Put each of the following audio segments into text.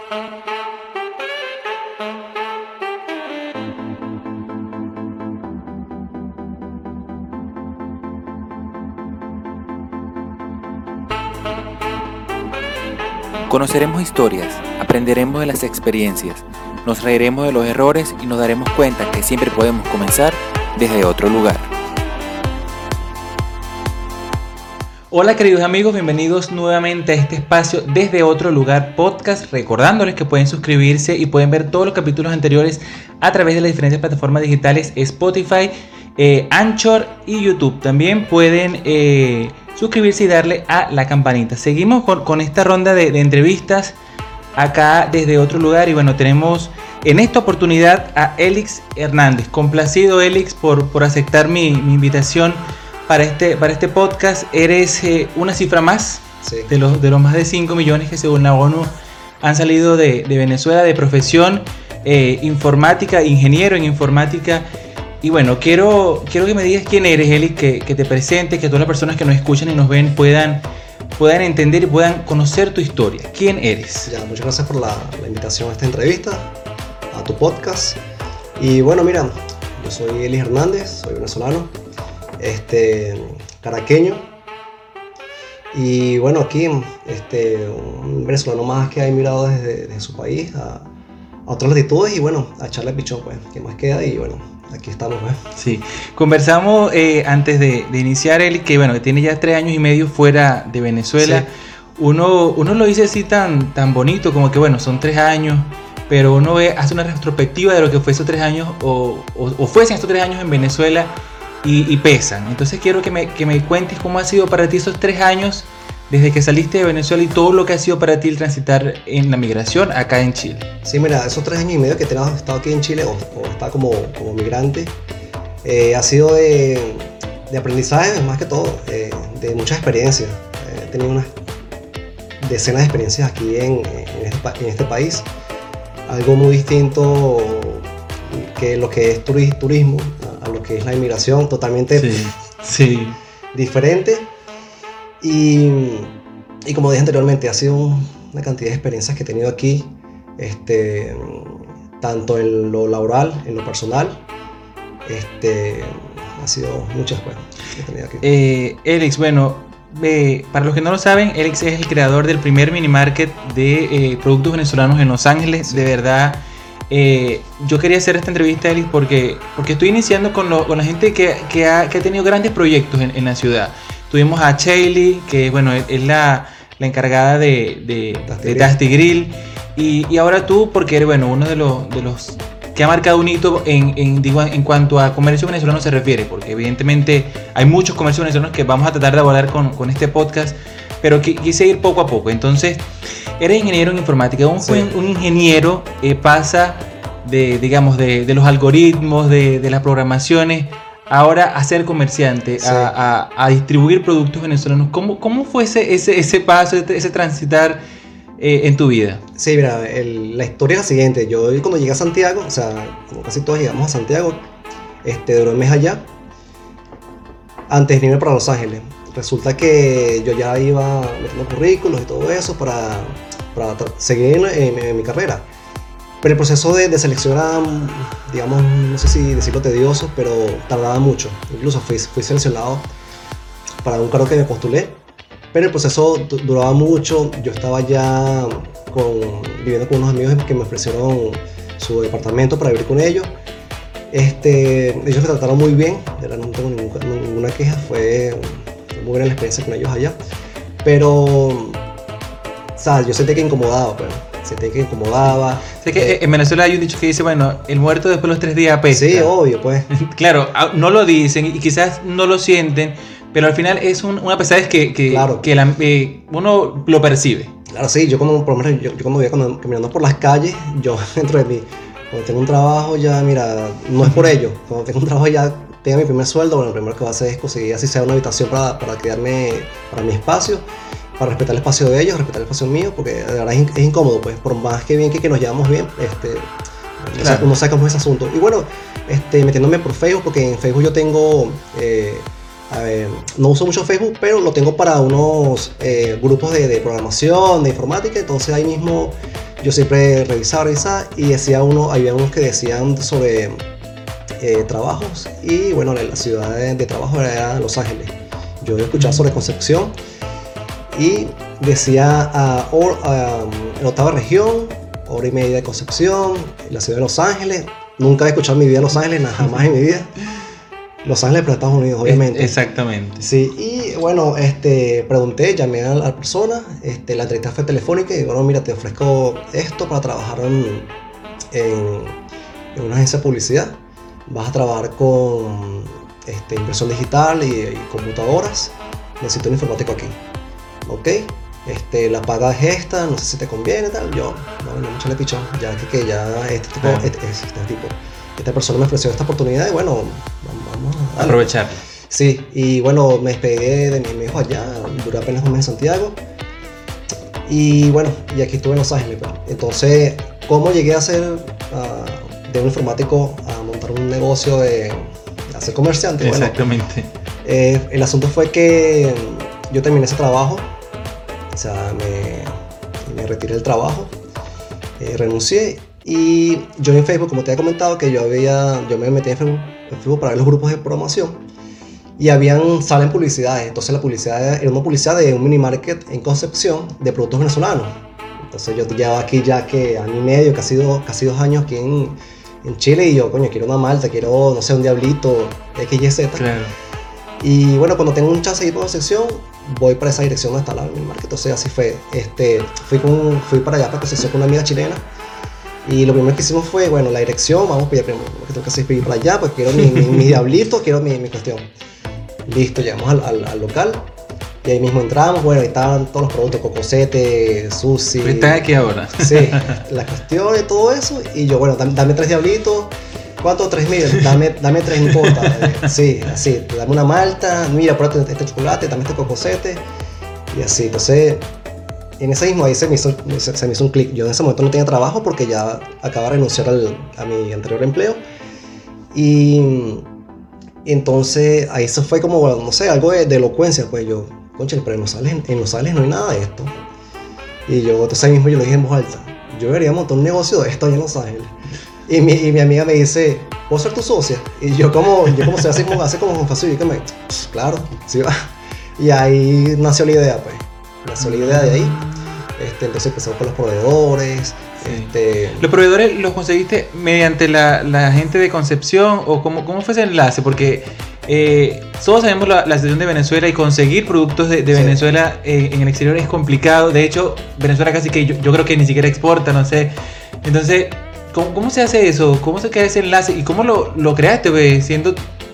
Conoceremos historias, aprenderemos de las experiencias, nos reiremos de los errores y nos daremos cuenta que siempre podemos comenzar desde otro lugar. Hola queridos amigos, bienvenidos nuevamente a este espacio Desde Otro Lugar podcast, recordándoles que pueden suscribirse y pueden ver todos los capítulos anteriores a través de las diferentes plataformas digitales Spotify, Anchor y YouTube. También pueden suscribirse y darle a la campanita. Seguimos con esta ronda de entrevistas acá desde otro lugar y bueno, tenemos en esta oportunidad a Elix Hernández. Complacido Elix por aceptar mi invitación para este podcast. Eres una cifra más, sí, de los más de 5 millones que según la ONU han salido de Venezuela de profesión informática, ingeniero en informática. Y bueno, quiero que me digas quién eres, Elix, que te presentes, que todas las personas que nos escuchan y nos ven puedan entender y puedan conocer tu historia. ¿Quién eres? Ya, muchas gracias por la invitación a esta entrevista, a tu podcast. Y bueno, mira, yo soy Elix Hernández, soy venezolano, caraqueño. Y bueno, aquí, un venezolano más que ha emigrado desde su país a otras latitudes y bueno, a echarle pichón, pues, ¿qué más queda? Y bueno, aquí estamos, ¿eh? Sí, conversamos antes de iniciar el que bueno, que tiene ya 3 años y medio fuera de Venezuela. Sí. Uno lo dice así tan bonito, como que bueno, son 3 años, pero uno hace una retrospectiva de lo que fue esos 3 años o fuesen estos 3 años en Venezuela y pesan. Entonces quiero que me cuentes cómo ha sido para ti esos 3 años desde que saliste de Venezuela y todo lo que ha sido para ti el transitar en la migración acá en Chile. Sí, mira, esos 3 años y medio que he estado aquí en Chile o estado como migrante, ha sido de aprendizaje más que todo, de muchas experiencias. He tenido unas decenas de experiencias aquí en este país, algo muy distinto que lo que es turismo a lo que es la inmigración, totalmente sí. Diferente. Y como dije anteriormente, ha sido una cantidad de experiencias que he tenido aquí, tanto en lo laboral, en lo personal, ha sido muchas cosas que he tenido aquí. Elix, bueno, para los que no lo saben, Elix es el creador del primer mini market de productos venezolanos en Los Ángeles. Sí. De verdad, yo quería hacer esta entrevista, Elix, porque estoy iniciando con la gente que ha tenido grandes proyectos en la ciudad. Tuvimos a Shaylee, que bueno, es la encargada de Tasty Grill. Y ahora tú, porque eres bueno, uno de los que ha marcado un hito en cuanto a comercio venezolano se refiere, porque evidentemente hay muchos comercios venezolanos que vamos a tratar de abordar con este podcast, pero quise ir poco a poco. Entonces, eres ingeniero en informática. Un ingeniero pasa de los algoritmos, de las programaciones, ahora a ser comerciante, sí, a distribuir productos venezolanos. ¿Cómo fue ese paso, ese transitar en tu vida? Sí, mira, la historia es la siguiente. Yo cuando llegué a Santiago, o sea, como casi todos llegamos a Santiago, duré un mes allá, antes de irme para Los Ángeles. Resulta que yo ya iba metiendo currículos y todo eso para seguir en mi carrera. Pero el proceso de selección era, digamos, no sé si decirlo tedioso, pero tardaba mucho. Incluso fui seleccionado para un cargo que me postulé, pero el proceso duraba mucho. Yo estaba ya viviendo con unos amigos que me ofrecieron su departamento para vivir con ellos. Ellos me trataron muy bien, de verdad no tengo ninguna queja, fue muy buena la experiencia con ellos allá. Pero, o sea, yo sentí que incomodaba, pues. Sé que en Venezuela hay un dicho que dice, bueno, el muerto después de los 3 días pesca. Sí, obvio, pues. Claro, no lo dicen y quizás no lo sienten, pero al final es una pesadez claro, que uno lo percibe. Claro, sí, yo por lo menos yo cuando voy caminando por las calles, yo dentro de mí, cuando tengo un trabajo ya, mira, no es por ello, cuando tengo un trabajo ya tenga mi primer sueldo, bueno, lo primero que voy a hacer es conseguir así sea una habitación para quedarme, para mi espacio, para respetar el espacio de ellos, respetar el espacio mío, porque de verdad es incómodo, pues, por más que bien que nos llevamos bien, claro, uno saca ese asunto. Y bueno, metiéndome por Facebook, porque en Facebook yo tengo, no uso mucho Facebook, pero lo tengo para unos grupos de programación, de informática, entonces ahí mismo yo siempre revisaba y había unos que decían sobre trabajos y bueno, la ciudad de trabajo era Los Ángeles. Yo escuchaba sobre Concepción y decía en octava región, hora y media de Concepción, la ciudad de Los Ángeles. Nunca había escuchado en mi vida Los Ángeles, jamás en mi vida. Los Ángeles, pero Estados Unidos, obviamente. Exactamente. Sí, y bueno, pregunté, llamé a la persona, la entrevista fue telefónica y digo, no, mira, te ofrezco esto para trabajar en una agencia de publicidad. Vas a trabajar con impresión digital y computadoras. Necesito un informático aquí. Ok, la paga es esta, no sé si te conviene, tal. Yo, no mucho le pichón, ya que ya esta persona me ofreció esta oportunidad y bueno, vamos a aprovecharla. Sí, y bueno, me despegué de mi hijo allá, duré apenas un mes en Santiago. Y bueno, y aquí estuve en Los Ángeles. Pues. Entonces, ¿cómo llegué a ser de un informático a montar un negocio a ser comerciante? Exactamente. Bueno, el asunto fue que yo terminé ese trabajo, o sea, me retiré del trabajo, renuncié. Y yo en Facebook, como te había comentado, que yo me metí en Facebook para ver los grupos de programación y salen publicidades. Entonces la publicidad era una publicidad de un mini market en Concepción de productos venezolanos. Entonces yo llevaba aquí ya que año y medio, casi 2 años aquí en Chile y yo, coño, quiero una malta, quiero, no sé, un diablito, XYZ. Claro. Y bueno, cuando tengo un chance de ir por Concepción, voy para esa dirección donde está el mini market. Entonces así fue. Fui para allá, para Concepción con una amiga chilena. Y lo primero que hicimos fue, bueno, la dirección, vamos a pedir primero, porque tengo que hacer ir para allá, pues quiero mi diablito, quiero mi cuestión. Listo, llegamos al local y ahí mismo entramos, bueno, ahí estaban todos los productos, cocosete, sushi. ¿Están aquí ahora? Sí, la cuestión y todo eso, y yo, bueno, dame 3 diablitos, ¿cuánto? 3.000, dame 3, no importa. Sí, así, dame una malta, mira, pruébate este chocolate, dame este cocosete, y así, entonces... En ese mismo ahí se me hizo un clic. Yo en ese momento no tenía trabajo porque ya acababa de renunciar a mi anterior empleo. Y entonces ahí se fue como, no sé, algo de elocuencia. Pues yo, concha, pero en Los Ángeles no hay nada de esto. Y yo, entonces ahí mismo yo lo dije en voz alta. Yo debería montar un negocio de esto allá en Los Ángeles. Y mi amiga me dice, ¿puedo ser tu socia? Y yo como se hace como fácil. Y yo claro, sí va. Y ahí nació la idea, pues. Nació la idea de ahí. Entonces empezamos con los proveedores. Sí. ¿Los proveedores los conseguiste mediante la gente de Concepción o cómo fue ese enlace? Porque todos sabemos la situación de Venezuela y conseguir productos de Venezuela en el exterior es complicado. De hecho, Venezuela casi que yo creo que ni siquiera exporta, no sé. Entonces, ¿cómo se hace eso? ¿Cómo se crea ese enlace? ¿Y cómo lo creaste, pues, siendo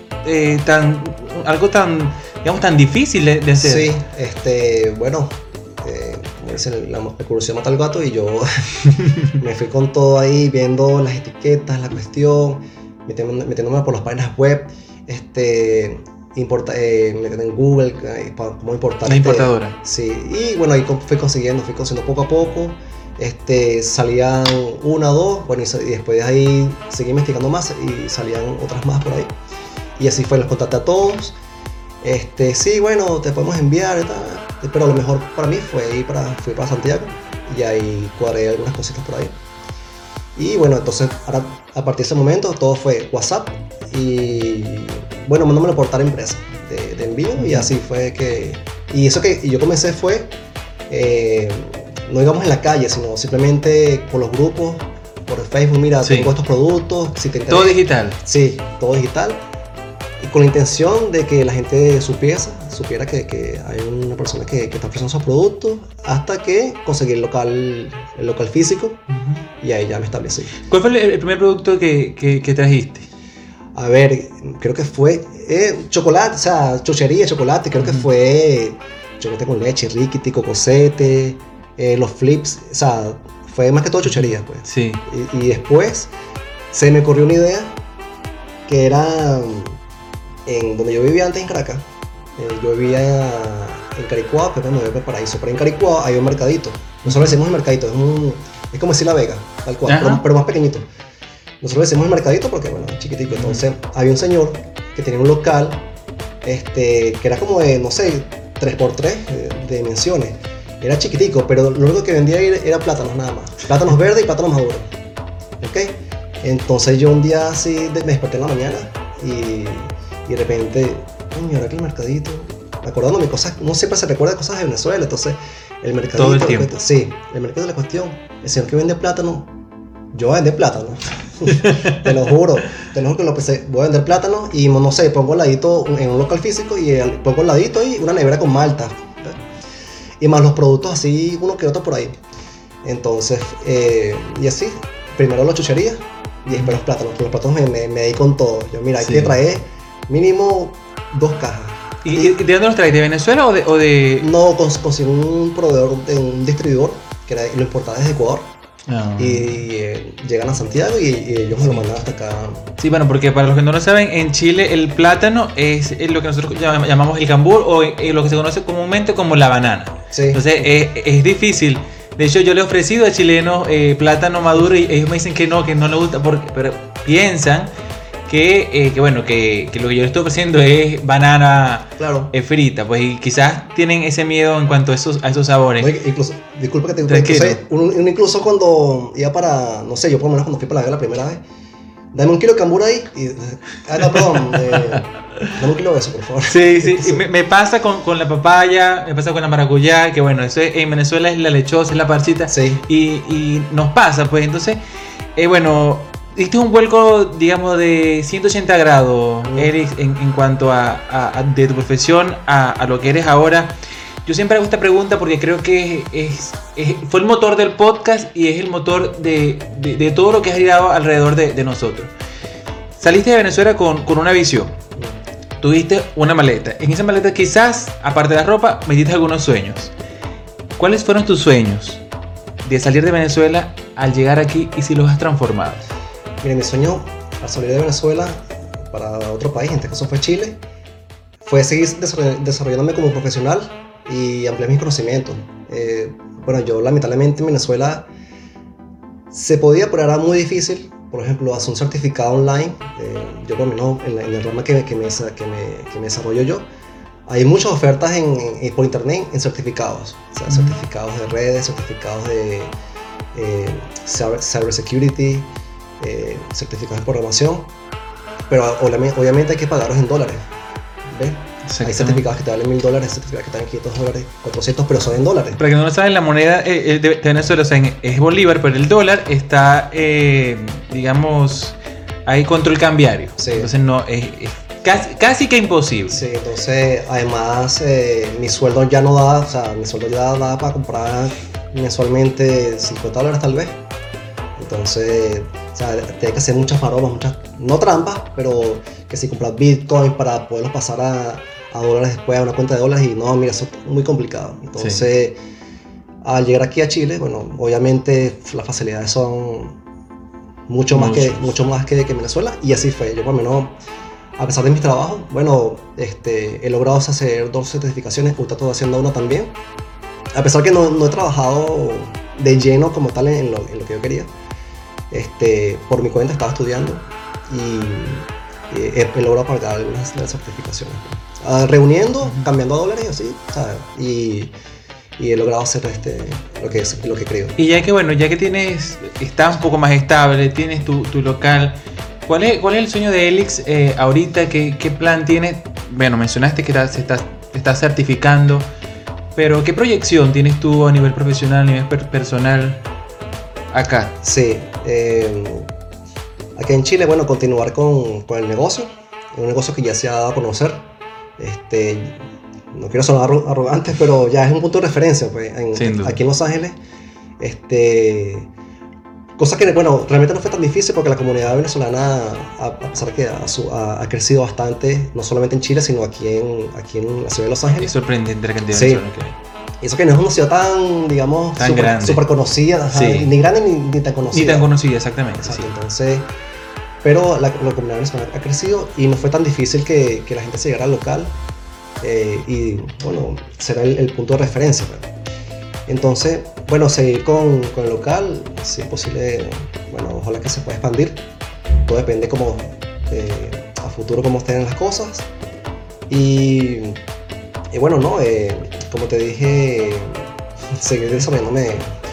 algo tan, digamos, tan difícil de hacer? Sí, bueno... como dicen, la curiosidad mata al gato y yo me fui con todo ahí viendo las etiquetas, la cuestión, metiéndome por las páginas web, metiendo en Google cómo importar. La importadora. Sí, y bueno, ahí fui consiguiendo poco a poco, salían 1 o 2, bueno, y después de ahí seguí investigando más y salían otras más por ahí. Y así fue, los contacté a todos. Sí, bueno, te podemos enviar y tal. Pero lo mejor para mí fui para Santiago y ahí cuadré algunas cositas por ahí. Y bueno, entonces ahora, a partir de ese momento todo fue WhatsApp y bueno, mandándomelo por tal empresa de envío y así fue que... Y yo comencé fue, no digamos en la calle, sino simplemente por los grupos, por Facebook, mira, tengo estos productos, si te interesa. ¿Todo digital? Sí, todo digital. Y con la intención de que la gente supiera que hay una persona que está ofreciendo esos productos hasta que conseguí el local físico. Y ahí ya me establecí. ¿Cuál fue el primer producto que trajiste? A ver, creo que fue chocolate, o sea, chuchería, chocolate, creo que fue chocolate con leche, riquiti, cocosete, los flips, o sea, fue más que todo chuchería, pues. Sí. Y después se me ocurrió una idea que era... En donde yo vivía antes en Caracas, yo vivía en Caricuao, pero no vivía en Paraíso. Pero en Caricuao hay un mercadito. Nosotros le decimos el mercadito, es como decir La Vega, tal cual, pero más pequeñito. Nosotros le decimos el mercadito porque, bueno, es chiquitico. Entonces, había un señor que tenía un local que era como de, no sé, 3x3 de dimensiones. Era chiquitico, pero lo único que vendía era plátanos nada más. Plátanos verdes y plátanos maduros. ¿Ok? Entonces yo un día así me desperté en la mañana y de repente, coño, ahora que el mercadito, acordándome cosas, uno siempre se recuerda de cosas de Venezuela, entonces el mercadito. Todo el tiempo. Sí, el mercado de la cuestión, el señor que vende plátano, yo voy a vender plátano. Te lo juro que lo pensé, voy a vender plátano y no sé, pongo al ladito en un local físico y pongo al ladito ahí una nevera con malta. Y más los productos así, uno que otro por ahí. Entonces, y así, primero la chuchería y después los plátanos. Los plátanos me di con todo. Yo, mira, hay que traer mínimo 2 cajas. ¿Y de dónde los traes? ¿De Venezuela o de...? No, conseguí un proveedor, un distribuidor, que lo importaba desde Ecuador. Y llegan a Santiago y ellos me lo mandan hasta acá. Sí, bueno, porque para los que no lo saben, en Chile el plátano es lo que nosotros llamamos el cambur o lo que se conoce comúnmente como la banana. Sí. Entonces es difícil. De hecho, yo le he ofrecido a chilenos plátano maduro y ellos me dicen que no les gusta, pero piensan que lo que yo les estoy ofreciendo es banana frita, pues, y quizás tienen ese miedo en cuanto a esos sabores. Oye, incluso, disculpa que te incluso cuando iba para, no sé, yo por lo menos cuando fui para la primera vez, dame un kilo de cambur ahí y, dame un kilo de eso, por favor. Sí, y me pasa con la papaya, me pasa con la maracuyá, que bueno, eso en Venezuela es la lechosa, es la parchita, sí. y nos pasa, pues, entonces, diste un vuelco, digamos, de 180 grados, Eric, en cuanto a de tu profesión a lo que eres ahora. Yo siempre hago esta pregunta porque creo que fue el motor del podcast y es el motor de todo lo que has girado alrededor de nosotros. Saliste de Venezuela con una visión. Tuviste una maleta. En esa maleta quizás, aparte de la ropa, metiste algunos sueños. ¿Cuáles fueron tus sueños de salir de Venezuela al llegar aquí y si los has transformado? Mira, mi sueño al salir de Venezuela para otro país, en este caso fue Chile, fue seguir desarrollándome como profesional y ampliar mis conocimientos. Bueno, yo lamentablemente en Venezuela se podía, pero era muy difícil, por ejemplo, hacer un certificado online. Yo por lo menos en el rama que me desarrollo yo, hay muchas ofertas por internet en certificados, o sea, certificados de redes, certificados de cyber security, certificados de programación, pero obviamente hay que pagarlos en dólares, ¿ves? Hay certificados que te valen $1,000, certificados que te valen $500, 400, pero son en dólares. Para que no lo saben, la moneda de Venezuela, o sea, es bolívar, pero el dólar está, digamos, hay control cambiario. Sí. Entonces no es casi que imposible. Sí, entonces además mi sueldo ya no da, o sea, mi sueldo ya da para comprar mensualmente $50 tal vez. Entonces, o sea, tiene que hacer muchas maromas, no trampas, pero que si compras Bitcoin para poderlos pasar a dólares después a una cuenta de dólares y no, mira, eso es muy complicado. Entonces, al llegar aquí a Chile, bueno, obviamente las facilidades son mucho más que Venezuela, y así fue. Yo por lo menos, a pesar de mis trabajos, bueno, he logrado hacer 2 certificaciones, ahorita estoy haciendo una también. A pesar que no he trabajado de lleno como tal en lo que yo quería, por mi cuenta estaba estudiando y he logrado pagar algunas certificaciones. Reuniendo, cambiando a dólares y así, ¿sabes? Y he logrado hacer lo que creo. Y ya que estás un poco más estable, tienes tu local, ¿cuál es el sueño de Elix ahorita? ¿Qué plan tienes? Bueno, mencionaste que te estás certificando, pero ¿qué proyección tienes tú a nivel profesional, a nivel personal acá? Sí, aquí en Chile, bueno, continuar con el negocio. Es un negocio que ya se ha dado a conocer. No quiero sonar arrogante, pero ya es un punto de referencia, pues, aquí en Los Ángeles. Cosa que, bueno, realmente no fue tan difícil porque la comunidad venezolana, a pesar de que ha crecido bastante, no solamente en Chile, sino aquí en la ciudad de Los Ángeles. Es sorprendente la cantidad de venezolanos que hay. Y eso que no es una ciudad tan, digamos, súper conocida, ni grande ni tan conocida. Ni tan conocida, exactamente. Exacto, sí. Entonces, pero la comunidad venezolana ha crecido y no fue tan difícil que la gente se llegara al local y, bueno, será el punto de referencia, ¿verdad? Entonces, bueno, seguir con el local, si es posible, bueno, ojalá que se pueda expandir. Todo depende a futuro cómo estén las cosas. Y bueno, no, como te dije, seguir desarrollándome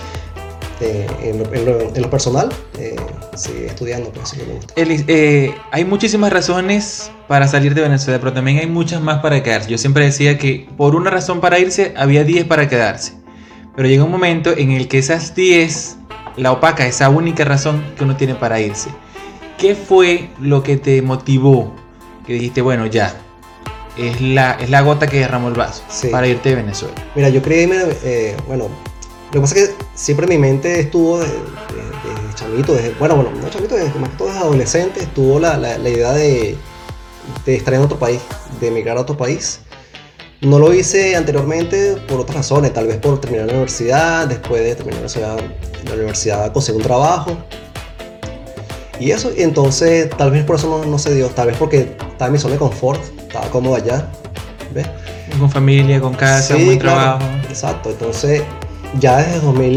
en lo personal, seguir estudiando, pues sí que me gusta. Elix, hay muchísimas razones para salir de Venezuela, pero también hay muchas más para quedarse. Yo siempre decía que por una razón para irse, había 10 para quedarse. Pero llega un momento en el que esas 10 la opaca, esa única razón que uno tiene para irse. ¿Qué fue lo que te motivó? Que dijiste, bueno, ya, es la gota que derramó el vaso para irte de Venezuela. Mira, yo creí, bueno, lo que pasa es que siempre mi mente estuvo desde chamito, no chamito, más que todo desde adolescente, estuvo la idea de estar en otro país, de emigrar a otro país. No lo hice anteriormente por otras razones, tal vez por terminar la universidad, después de terminar la universidad conseguí un trabajo. Y eso, y entonces tal vez por eso no se dio, tal vez porque estaba en mi zona de confort, estaba cómodo allá, ¿ves? Con familia, con casa, un buen trabajo. Exacto, entonces ya desde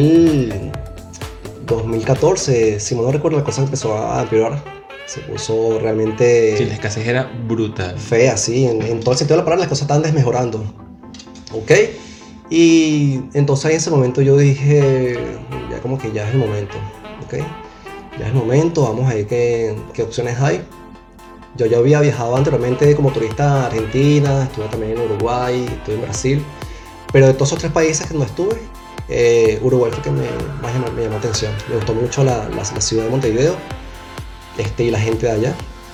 2014, si no recuerdo, la cosa empezó a empeorar. Se puso realmente... Sí, la escasez era brutal. Fea, sí, en todo el sentido de la palabra las cosas estaban desmejorando. ¿Ok? Y entonces en ese momento yo dije, ya como que ya es el momento, ¿ok? Ya es el momento, vamos a ver qué opciones hay. Yo ya había viajado anteriormente como turista a Argentina, estuve también en Uruguay, estuve en Brasil. Pero de todos esos 3 países que no estuve, Uruguay fue que me llamó la atención. Me gustó mucho la ciudad de Montevideo. Y la gente de allá.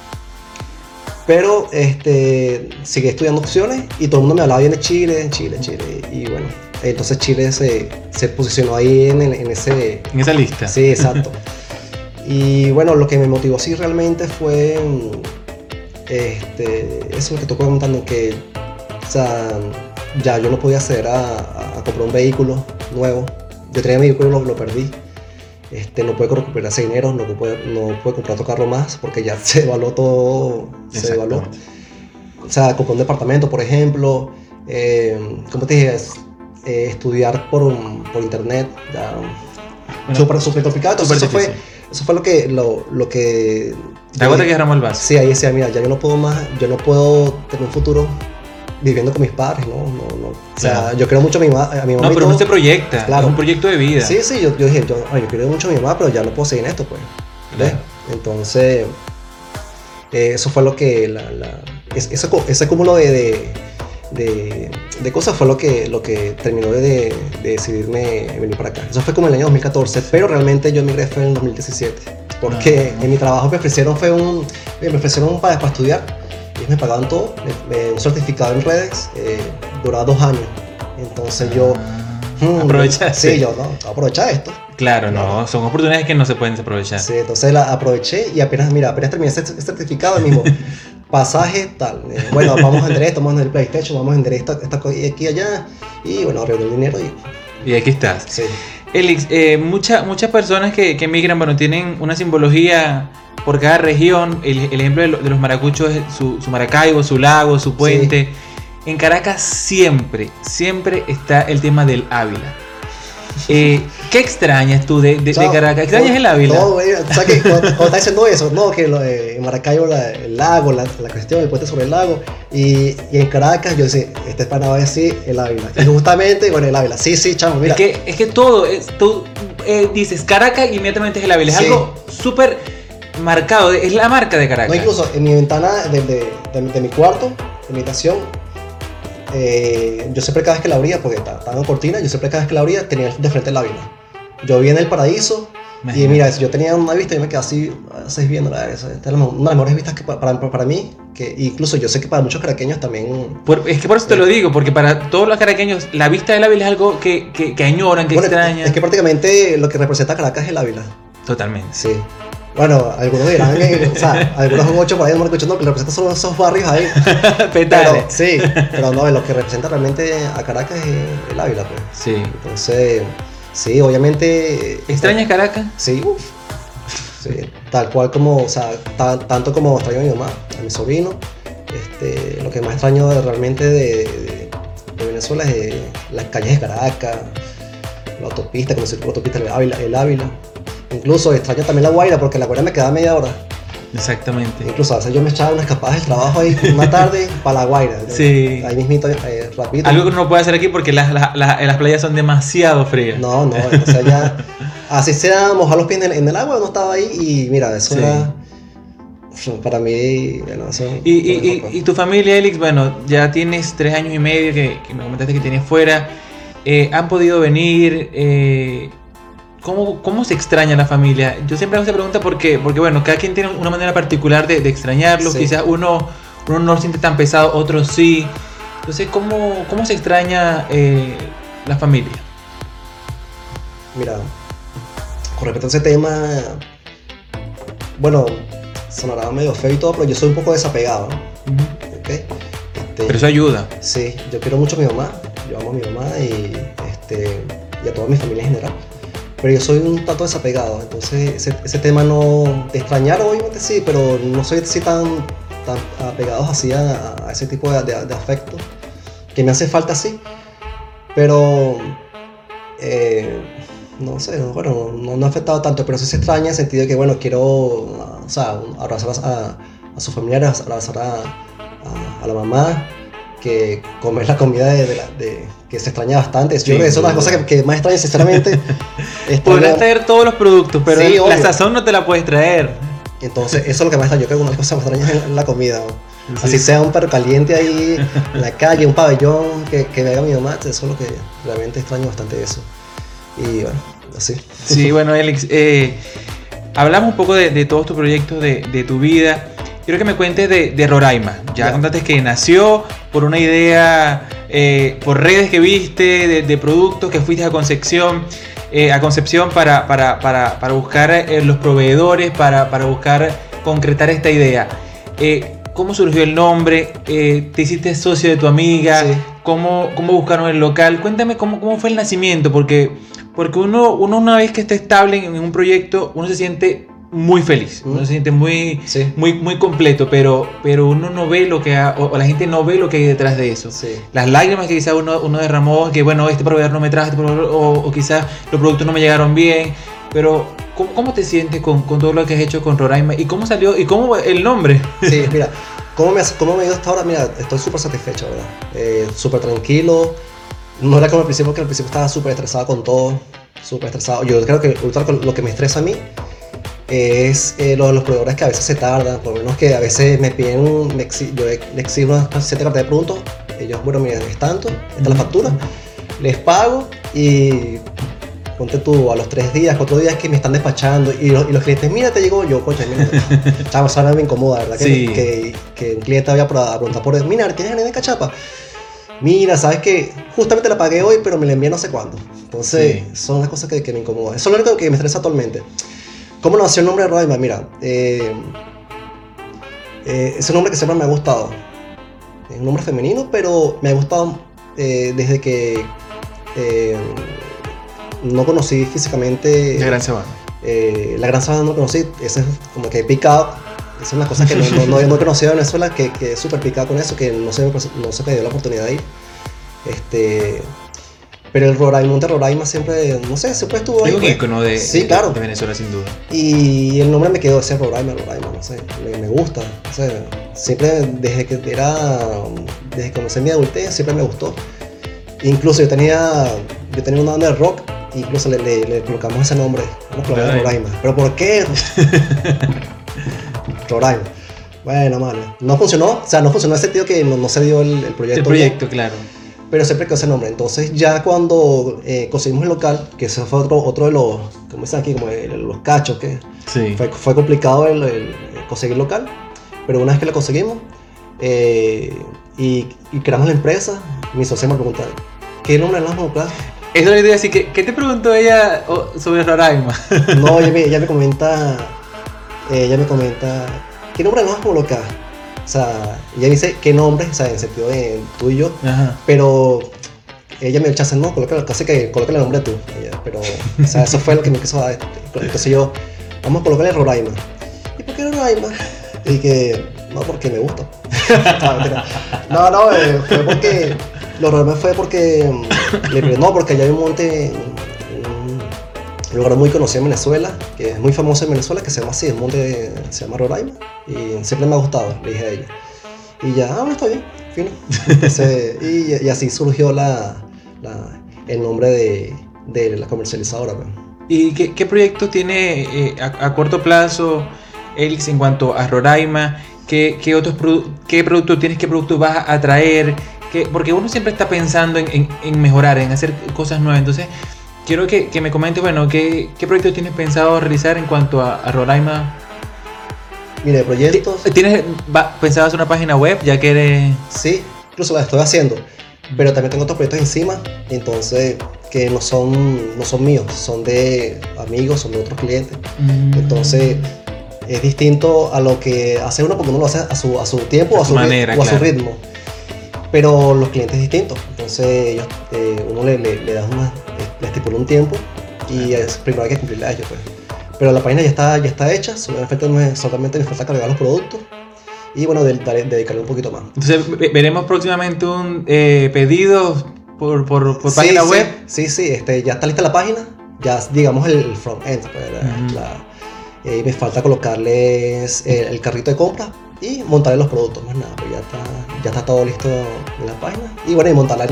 Pero seguí estudiando opciones y todo el mundo me hablaba bien de Chile. Y bueno, entonces Chile se posicionó ahí en esa lista. Sí, exacto. Y bueno, lo que me motivó sí realmente fue eso que te estoy comentando, que o sea, ya yo no podía acceder a comprar un vehículo nuevo. Yo tenía mi vehículo, lo perdí. No pude recuperar ese dinero, no pude comprar otro carro más porque ya se evaluó todo, se evaluó. O sea, compré un departamento, por ejemplo, como te dije, estudiar por internet, ya súper complicado. Entonces eso fue lo que la gota que derramó el vaso. Sí, ahí decía, mira, ya yo no puedo tener un futuro viviendo con mis padres, no. O sea, claro. Yo creo mucho a mi mamá. No, pero uno se proyecta, claro. Es un proyecto de vida. Sí, yo dije, yo quiero mucho a mi mamá, pero ya no puedo seguir en esto, pues. Claro. Entonces, eso fue lo que, ese cúmulo de cosas fue lo que terminó de decidirme venir para acá. Eso fue como en el año 2014, pero realmente yo emigré fue en el 2017, porque en mi trabajo me ofrecieron para estudiar. Ellos me pagaban todo, un certificado en redes, duraba 2 años. Entonces yo... ¿Aprovechaste? Sí, yo aprovechar esto. Claro, no, son oportunidades que no se pueden desaprovechar. Sí, entonces la aproveché y apenas terminé ese certificado, mismo pasaje, tal. Bueno, vamos a vender esto, vamos a vender el PlayStation, vamos a vender esta cosa aquí y allá. Y bueno, reunir el dinero y aquí estás. Sí. Elix, muchas personas que emigran, bueno, tienen una simbología por cada región. El ejemplo de los maracuchos es su Maracaibo, su lago, su puente. Sí. En Caracas siempre está el tema del Ávila. ¿Qué extrañas tú de Caracas? ¿Extrañas el Ávila? No, o sea que cuando estás diciendo eso, no, que en Maracaibo el lago, la cuestión del puente sobre el lago, y en Caracas yo decía, este pana va a decir el Ávila. Y justamente, bueno, el Ávila, sí, chamo, mira. Es que todo, tú dices Caracas y inmediatamente es el Ávila. Es algo súper marcado, es la marca de Caracas. No, incluso en mi ventana de mi cuarto, de mi habitación, yo siempre cada vez que la abría, porque estaba en cortina, yo siempre cada vez que la abría tenía de frente el Ávila. Yo vivía en el Paraíso. Imagínate. Y mira, yo tenía una vista y yo me quedaba así viendo. Esta es una de las mejores vistas que para mí, que incluso yo sé que para muchos caraqueños también. Es que por eso te lo digo, porque para todos los caraqueños la vista del Ávila es algo que añoran, que extrañan. Es que prácticamente lo que representa Caracas es el Ávila. Totalmente. Sí. Bueno, algunos dirán, o sea, algunos son 8 por ahí, no me escuchando, que representan solo esos barrios ahí. Petales. Sí, pero no, lo que representa realmente a Caracas es el Ávila, pues. Sí. Entonces, sí, obviamente. ¿Extrañas Caracas? Sí, sí, tal cual como, o sea, tanto como extraño a mi mamá, a mi sobrino. Lo que más extraño realmente de Venezuela es las calles de Caracas, la autopista, como si fuera la autopista el Ávila. Incluso extraño también La Guaira, porque La Guaira me quedaba media hora. Exactamente. Incluso a veces yo me echaba unas escapadas del trabajo ahí una tarde para La Guaira. Sí. Ahí mismito, rapidito. Algo que uno no puede hacer aquí porque las playas son demasiado frías. No, entonces ya, así sea mojar los pies en el agua, uno estaba ahí y mira, eso era, para mí, bueno, eso. Y tu familia, Elix, bueno, ya tienes 3 años y medio que me comentaste que tienes fuera, han podido venir, ¿cómo se extraña la familia? Yo siempre hago esa pregunta porque bueno, cada quien tiene una manera particular de extrañarlos, quizás uno no lo siente tan pesado, otros sí. Entonces, ¿cómo se extraña la familia? Mira, con respecto a ese tema, bueno, sonará medio feo y todo, pero yo soy un poco desapegado, ¿no? ¿Okay? Pero eso ayuda. Sí, yo quiero mucho a mi mamá, yo amo a mi mamá y a toda mi familia en general. Pero yo soy un tanto desapegado, entonces ese tema no, de extrañar obviamente sí, pero no soy así tan apegados así a ese tipo de afecto, que me hace falta así, pero no sé, bueno, no ha afectado tanto, pero sí se extraña en el sentido de que, bueno, quiero, o sea, abrazar a sus familiares, abrazar a la mamá, que comer la comida que se extraña bastante. Yo creo que eso es una cosa que más extraña, sinceramente. Podrás traer todos los productos, pero sí, la sazón no te la puedes traer. Entonces, eso es lo que más extraña. Yo creo que una de las cosas más extrañas es la comida, ¿no? Sí. Así sea un perro caliente ahí en la calle, un pabellón que me haga mi mamá, eso es lo que realmente extraño bastante eso. Y bueno, así. Sí, bueno, Elix, hablamos un poco de todos tus proyectos, de tu vida. Quiero que me cuentes de Roraima. Ya contaste que nació por una idea, por redes que viste, de productos que fuiste a Concepción para buscar los proveedores, para buscar concretar esta idea. ¿Cómo surgió el nombre? ¿Te hiciste socio de tu amiga? Sí. ¿Cómo buscaron el local? Cuéntame cómo fue el nacimiento, porque uno una vez que está estable en un proyecto, uno se siente muy feliz, uno se siente muy completo, pero uno no ve lo que o la gente no ve lo que hay detrás de eso. Sí. Las lágrimas que quizás uno derramó, que bueno, este proveedor no me trajo, o quizás los productos no me llegaron bien, pero ¿cómo te sientes con todo lo que has hecho con Roraima? ¿Y cómo salió? ¿Y cómo el nombre? Sí, mira, ¿cómo me ha ido hasta ahora? Mira, estoy súper satisfecho, ¿verdad? Súper tranquilo. No era como al principio, que al principio estaba súper estresado con todo, súper estresado. Yo creo que lo que me estresa a mí es lo de los proveedores, que a veces se tardan, por lo menos que a veces me piden, yo le exijo una cierta cantidad de productos, ellos, bueno, mira, es tanto, esta es la factura, les pago y ponte tú a los 3 días, 4 días que me están despachando y los clientes, mira, te llegó, yo, coño, mira, chavos, ahora me incomoda, ¿verdad? Sí. Que un cliente vaya a preguntar por, mira, ¿tienes harina de cachapa? Mira, sabes que justamente la pagué hoy, pero me la envié no sé cuándo. Entonces, son las cosas que me incomodan. Eso es lo único que me estresa actualmente. ¿Cómo nació el nombre de Roraima? Mira, es un nombre que siempre me ha gustado. Es un nombre femenino, pero me ha gustado desde que no conocí físicamente La Gran Sabana. La Gran Sabana no conocí, ese es como que picado. Esa es una cosa que no he conocido en Venezuela, que es súper picado con eso, que no se me dio la oportunidad de ir. Pero el Monte Roraima siempre, no sé, siempre estuvo ahí. Es un ícono de Venezuela, sin duda. Y el nombre me quedó, ese Roraima, no sé, me gusta. O sea, siempre, desde que comencé mi adultez, siempre me gustó. Incluso yo tenía una banda de rock, incluso le colocamos ese nombre, Roraima. ¿Pero por qué? Roraima. Bueno, mano, no funcionó, en el sentido que no se dio el proyecto. El proyecto, claro. Pero siempre quedó ese nombre. Entonces ya cuando conseguimos el local, que ese fue otro de los, como dicen aquí, como los cachos, que sí. fue complicado el conseguir el local, pero una vez que lo conseguimos y creamos la empresa, mi socia me pregunta, ¿qué nombre le vamos a colocar? Eso le iba a decir, ¿qué te preguntó ella sobre Roraima? No, ella me comenta, ¿qué nombre le vamos a colocar? O sea, ella dice qué nombre, o sea, en el sentido de tú y yo. Ajá. Pero ella me echa, no, colócale el nombre tú. Pero, o sea, eso fue lo que me quiso dar. Entonces yo, vamos a colocarle Roraima. ¿Y por qué Roraima? Y que, no, porque me gusta. No, fue porque, Roraima fue porque, porque allá hay un monte, un lugar muy conocido en Venezuela, que es muy famoso en Venezuela, que se llama así, se llama Roraima, y siempre me ha gustado, le dije a ella. Y ya, bueno, está bien, fino. Entonces, y así surgió el nombre de la comercializadora. Pues. ¿Y qué proyecto tiene a corto plazo, Elix, en cuanto a Roraima? ¿Qué producto tienes? ¿Qué producto vas a traer? Porque uno siempre está pensando en mejorar, en hacer cosas nuevas. Entonces, quiero que me comentes, bueno, ¿qué proyecto tienes pensado realizar en cuanto a Roraima? Mire, proyectos... ¿Tienes pensado hacer una página web, ya que eres...? Sí, incluso la estoy haciendo, pero también tengo otros proyectos encima, entonces, que no son míos, son de amigos, son de otros clientes. Entonces, es distinto a lo que hace uno, porque uno lo hace a su tiempo o a su ritmo. Pero los clientes distintos, entonces uno le estipula un tiempo y primero hay que cumplirle a ellos, pues. Pero la página ya está hecha, solamente me falta cargar los productos y bueno, dedicarle un poquito más. Entonces veremos próximamente un pedido por página web. Sí, ya está lista la página, ya digamos el front-end, pues, y me falta colocarles el carrito de compra y montarle los productos, más nada, pues ya está todo listo en la página y bueno, y montar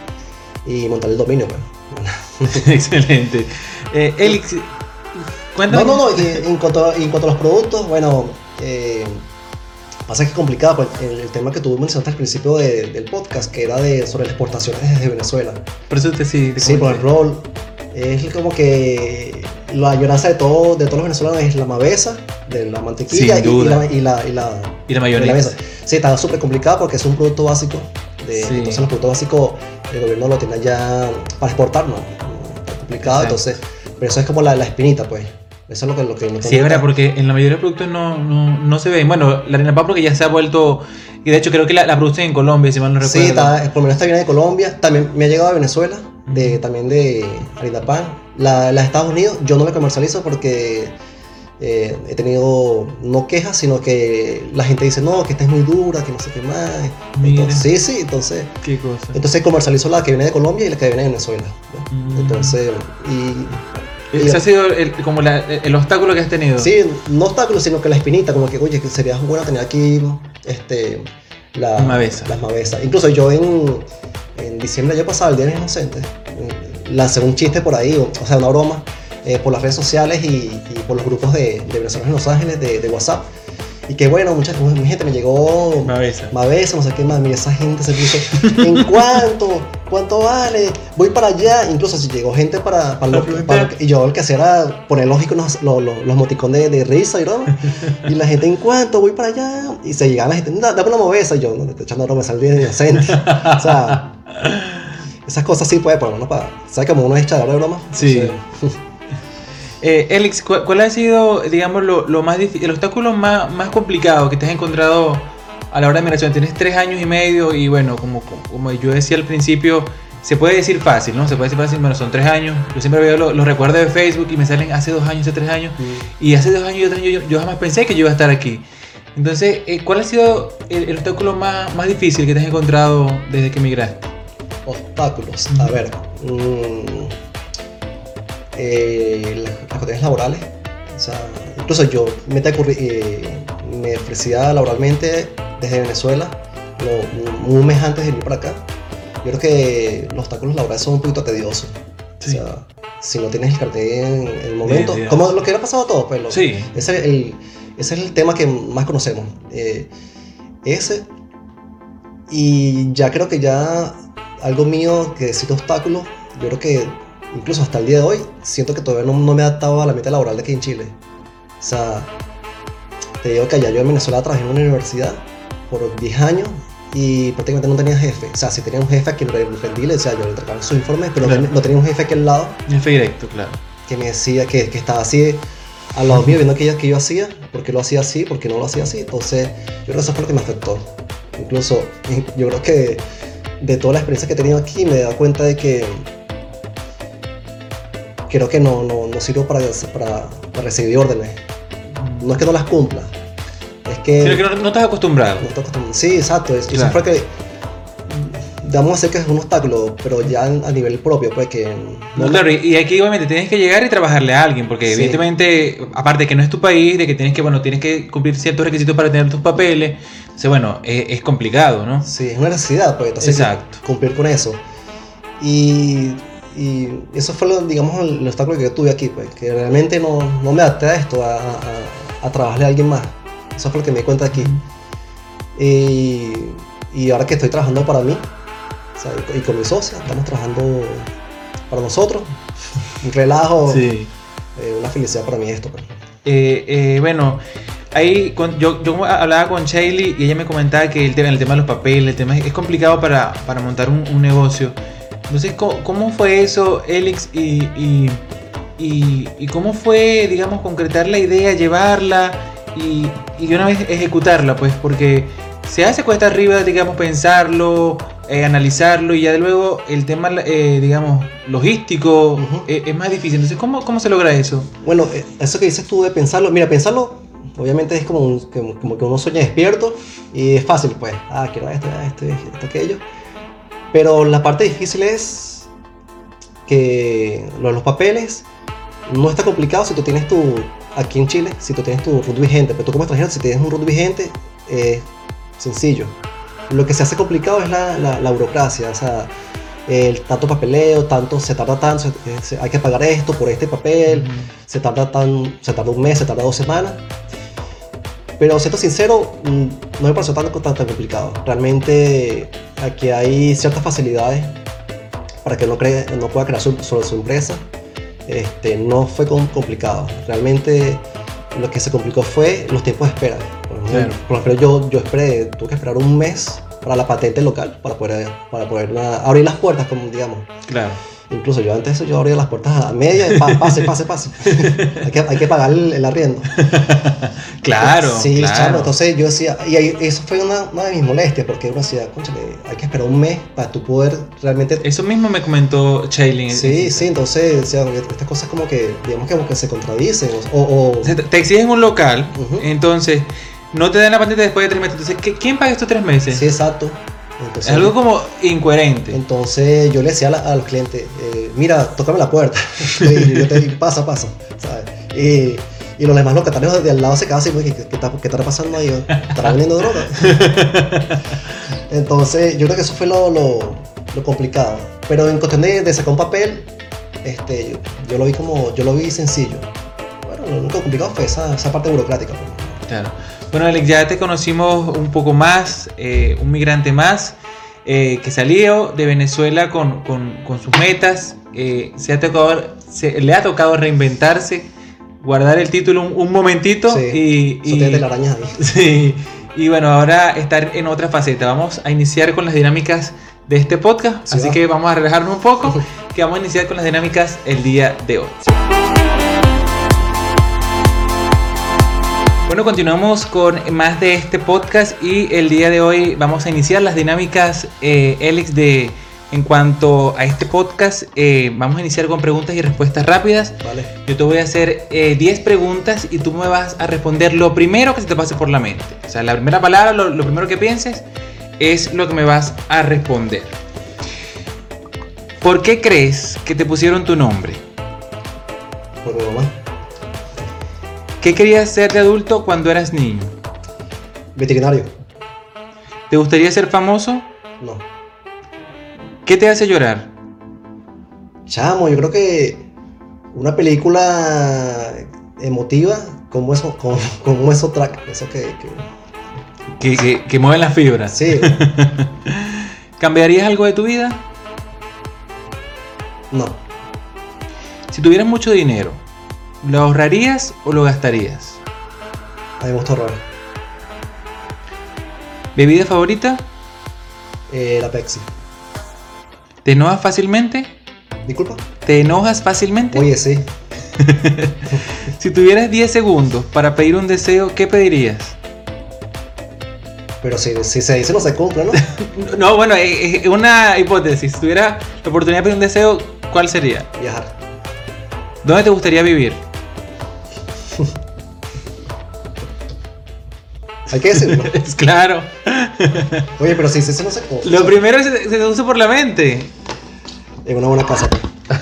el dominio, pues. Excelente. Elix, cuéntame. No, en cuanto a los productos, bueno, pasa que es complicado, pues, el tema que tú mencionaste al principio del podcast, que era sobre las exportaciones desde Venezuela. Por eso sí, por el rol. Es como que la añoranza de todos los venezolanos es la mavesa, de la mantequilla y la mayonesa. Sí, está súper complicado porque es un producto básico. Entonces los productos básicos el gobierno lo tiene ya para exportar, ¿no? Está complicado, entonces, pero eso es como la espinita, pues. Eso es lo que no. Sí, es verdad, porque en la mayoría de productos no se ve. Bueno, la harina pan porque ya se ha vuelto, y de hecho creo que la producen en Colombia, si mal no recuerdo. Sí, por lo menos esta viene de Colombia. También me ha llegado de Venezuela, también de harina pan. La de Estados Unidos yo no la comercializo porque he tenido no quejas, sino que la gente dice no, que esta es muy dura, que no sé qué más. Entonces, entonces. ¿Qué cosa? Entonces comercializo la que viene de Colombia y la que viene de Venezuela. Entonces, ese ha sido el obstáculo que has tenido. Sí, no obstáculo, sino que la espinita, como que, oye, que sería bueno tener aquí las mavesas. Incluso yo en diciembre yo pasaba el Día de los Inocentes, lancé un chiste por ahí, o sea, una broma, por las redes sociales y por los grupos de venezolanos en Los Ángeles de WhatsApp. Y que bueno, mucha gente me llegó mavesa, no sé qué más. Mira, esa gente se puso, ¿en cuánto vale? Voy para allá. Incluso si llegó gente para y yo lo que hacía era poner lógico los emoticones de risa y broma. Y la gente, ¿en cuánto? Voy para allá. Y se llegaba la gente, dame una mavesa. Y yo, no, te estoy echando broma, me salí de inocente. O sea, esas cosas sí puede poner, ¿no? ¿Sabes cómo uno es echador de broma? Sí. Elix, ¿cuál ha sido, digamos, lo más difícil, el obstáculo más complicado que te has encontrado a la hora de migración? Tienes 3 años y medio y bueno, como yo decía al principio, se puede decir fácil, ¿no? Se puede decir fácil, bueno, son 3 años. Yo siempre veo los recuerdos de Facebook y me salen hace 2 años, hace 3 años. Y hace 2 años y 3 años yo jamás pensé que yo iba a estar aquí. Entonces, ¿cuál ha sido el obstáculo más difícil que te has encontrado desde que emigraste? Obstáculos, a ver. Las cuestiones laborales, o sea, incluso yo me ofrecía laboralmente desde Venezuela un mes antes de venir para acá. Yo creo que los obstáculos laborales son un poquito tediosos. Sí. O sea, si no tienes el cartel en el momento, como lo que le ha pasado a todos, pues ese es el tema que más conocemos. Y ya creo que ya algo mío que decir obstáculos, yo creo que incluso hasta el día de hoy, siento que todavía no me he adaptado a la meta laboral de aquí en Chile. O sea, te digo que allá yo en Venezuela trabajé en una universidad por 10 años y prácticamente no tenía jefe. O sea, si tenía un jefe a quien rendí, le decía yo, le entregaba sus informes, pero no tenía un jefe aquí al lado. Jefe directo, claro. Que me decía que estaba así al lado mío, viendo que yo hacía, por qué lo hacía así, por qué no lo hacía así. Entonces, yo creo que eso fue lo que me afectó. Incluso, yo creo que de toda la experiencia que he tenido aquí, me he dado cuenta de que creo que no sirvo para recibir órdenes. No es que no las cumpla, es que... Sino que no estás acostumbrado. No estás acostumbrado. Sí, exacto. Claro. Eso fue que vamos a decir que es un obstáculo, pero ya a nivel propio, pues que... No, claro, y aquí obviamente tienes que llegar y trabajarle a alguien, porque Sí. evidentemente, aparte de que no es tu país, de que tienes que cumplir ciertos requisitos para tener tus papeles, entonces bueno, es complicado, ¿no? Sí, es una necesidad, pues, entonces Exacto. cumplir con eso. Y eso fue, digamos, el obstáculo que yo tuve aquí, pues, que realmente no me adapté a esto, a trabajarle a alguien más. Eso fue lo que me di cuenta aquí. Y ahora que estoy trabajando para mí, o sea, y con mi socia, estamos trabajando para nosotros. Un relajo, Sí. una felicidad para mí esto. Pues. Bueno, ahí yo hablaba con Shaylee y ella me comentaba que el tema de los papeles, el tema es complicado para montar un negocio. Entonces, ¿cómo fue eso, Elix? Y cómo fue, digamos, concretar la idea, llevarla y de una vez ejecutarla, pues, porque se hace cuesta arriba, digamos, pensarlo, analizarlo, y ya de luego el tema, digamos, logístico, es más difícil. Entonces, ¿cómo se logra eso? Bueno, eso que dices tú de pensarlo, mira, pensarlo obviamente es como que uno sueña despierto y es fácil, pues, quiero esto, aquello. Pero la parte difícil es que los papeles no está complicado si tú tienes aquí en Chile, si tú tienes tu RUT vigente, pero tú como extranjero, si tienes un RUT vigente, es sencillo. Lo que se hace complicado es la burocracia, o sea, el tanto papeleo, se tarda tanto, hay que pagar esto por este papel, se tarda un mes, se tarda 2 semanas. Pero siendo sincero, no me pareció tan complicado. Realmente aquí hay ciertas facilidades para que uno pueda crear sobre su empresa. No fue complicado. Realmente lo que se complicó fue los tiempos de espera. Por ejemplo, yo tuve que esperar un mes para la patente local para poder abrir las puertas, como digamos. Claro. Incluso yo antes yo abría las puertas a media y pase. hay que pagar el arriendo. Claro, sí, claro. Chamo, entonces yo decía, y eso fue una de mis molestias, porque uno decía, cónchale, hay que esperar un mes para tú poder realmente... Eso mismo me comentó Shailene. Sí, entonces decía, estas cosas como que, digamos que se contradicen, o... Te exigen un local, entonces no te dan la patente después de 3 meses, entonces, ¿quién paga estos 3 meses? Sí, exacto. Entonces, es algo como incoherente. Entonces yo le decía a los clientes, mira, tócame la puerta, y yo te digo, pasa, ¿sabes? Y los demás locatarios de al lado se quedaban así, ¿qué está pasando ahí? ¿Estará vendiendo droga? Entonces yo creo que eso fue lo complicado. Pero en cuestión de sacar un papel, yo lo vi sencillo. Bueno, lo único complicado fue esa parte burocrática. Claro. Bueno, Alex, ya te conocimos un poco más, un migrante más, que salió de Venezuela con sus metas, le ha tocado reinventarse, guardar el título un momentito, sí, y telarañas ahí. Sí, y bueno, ahora estar en otra faceta. Vamos a iniciar con las dinámicas de este podcast, así que vamos a relajarnos un poco, que vamos a iniciar con las dinámicas el día de hoy. Bueno, continuamos con más de este podcast y el día de hoy vamos a iniciar las dinámicas, Alex, en cuanto a este podcast. Vamos a iniciar con preguntas y respuestas rápidas. Vale. Yo te voy a hacer 10 preguntas y tú me vas a responder lo primero que se te pase por la mente. O sea, la primera palabra, lo primero que pienses es lo que me vas a responder. ¿Por qué crees que te pusieron tu nombre? Por mi mamá. ¿Qué querías ser de adulto cuando eras niño? Veterinario. ¿Te gustaría ser famoso? No. ¿Qué te hace llorar? Chamo, yo creo que una película emotiva como eso track, eso que mueve las fibras. Sí. ¿Cambiarías algo de tu vida? No. Si tuvieras mucho dinero, ¿lo ahorrarías o lo gastarías? A mí me gusta ahorrar. ¿Bebida favorita? La Pepsi. ¿Te enojas fácilmente? ¿Disculpa? ¿Te enojas fácilmente? Oye, sí. Si tuvieras 10 segundos para pedir un deseo, ¿qué pedirías? Pero si se dice no se cumple, ¿no? No, bueno, es una hipótesis. Si tuvieras la oportunidad de pedir un deseo, ¿cuál sería? Viajar. ¿Dónde te gustaría vivir? Hay que decirlo. Es claro. Oye, pero si se no sé cómo. Lo primero se usa por la mente. En una buena casa, pues.